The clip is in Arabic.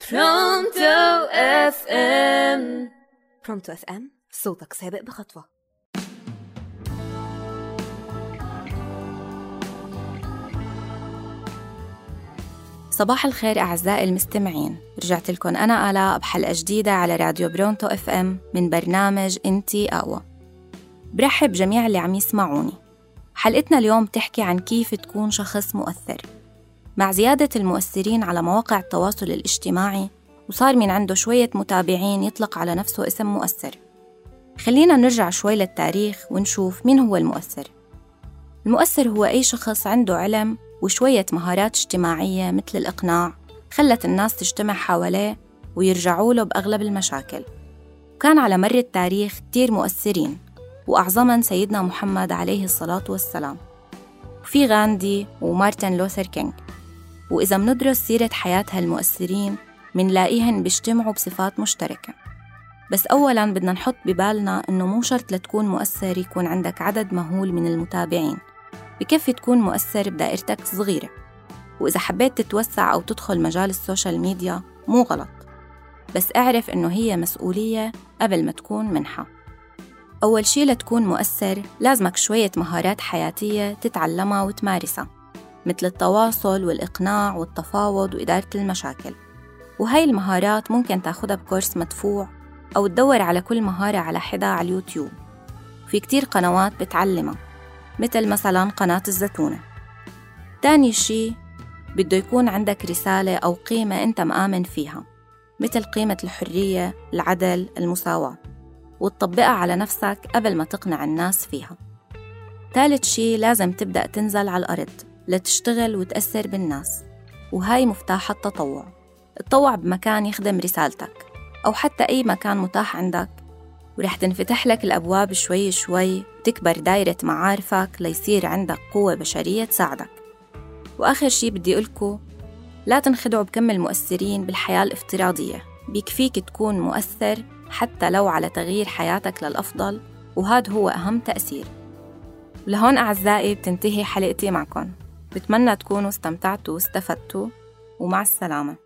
برونتو اف ام. برونتو اف ام، صوتك سابق بخطوة. صباح الخير أعزائي المستمعين، رجعت لكم أنا آلاء بحلقة جديدة على راديو برونتو اف ام من برنامج انتي أقوى. برحب جميع اللي عم يسمعوني. حلقتنا اليوم بتحكي عن كيف تكون شخص مؤثر. مع زيادة المؤثرين على مواقع التواصل الاجتماعي وصار من عنده شوية متابعين يطلق على نفسه اسم مؤثر. خلينا نرجع شوي للتاريخ ونشوف مين هو المؤثر. المؤثر هو أي شخص عنده علم وشوية مهارات اجتماعية مثل الإقناع خلت الناس تجتمع حواليه ويرجعوا له بأغلب المشاكل. وكان على مر التاريخ كتير مؤثرين، وأعظماً سيدنا محمد عليه الصلاة والسلام، وفي غاندي ومارتن لوثر كينغ. وإذا مندرس سيرة حياة هالمؤثرين منلاقيهن بيجتمعوا بصفات مشتركة. بس أولاً بدنا نحط ببالنا إنه مو شرط لتكون مؤثر يكون عندك عدد مهول من المتابعين، بكفي تكون مؤثر بدائرتك صغيرة. وإذا حبيت تتوسع أو تدخل مجال السوشيال ميديا مو غلط، بس اعرف إنه هي مسؤولية قبل ما تكون منحة. أول شي لتكون مؤثر لازمك شوية مهارات حياتية تتعلمها وتمارسها، مثل التواصل والإقناع والتفاوض وإدارة المشاكل. وهاي المهارات ممكن تاخدها بكورس مدفوع أو تدور على كل مهارة على حدة على اليوتيوب. في كتير قنوات بتعلمها، مثل مثلاً قناة الزتونة. تاني شي بده يكون عندك رسالة أو قيمة أنت مآمن فيها، مثل قيمة الحرية، العدل، المساواة، وتطبقها على نفسك قبل ما تقنع الناس فيها. ثالث شي لازم تبدأ تنزل على الأرض لتشتغل وتأثر بالناس، وهاي مفتاح التطوع. اتطوع بمكان يخدم رسالتك أو حتى أي مكان متاح عندك، ورح تنفتح لك الأبواب شوي شوي، تكبر دايرة معارفك ليصير عندك قوة بشرية تساعدك. وآخر شي بدي أقولكوا، لا تنخدعوا بكم المؤثرين بالحياة الافتراضية. بيكفيك تكون مؤثر حتى لو على تغيير حياتك للأفضل، وهذا هو أهم تأثير. ولهون أعزائي بتنتهي حلقتي معكم. بتمنى تكونوا استمتعتوا واستفدتوا، ومع السلامة.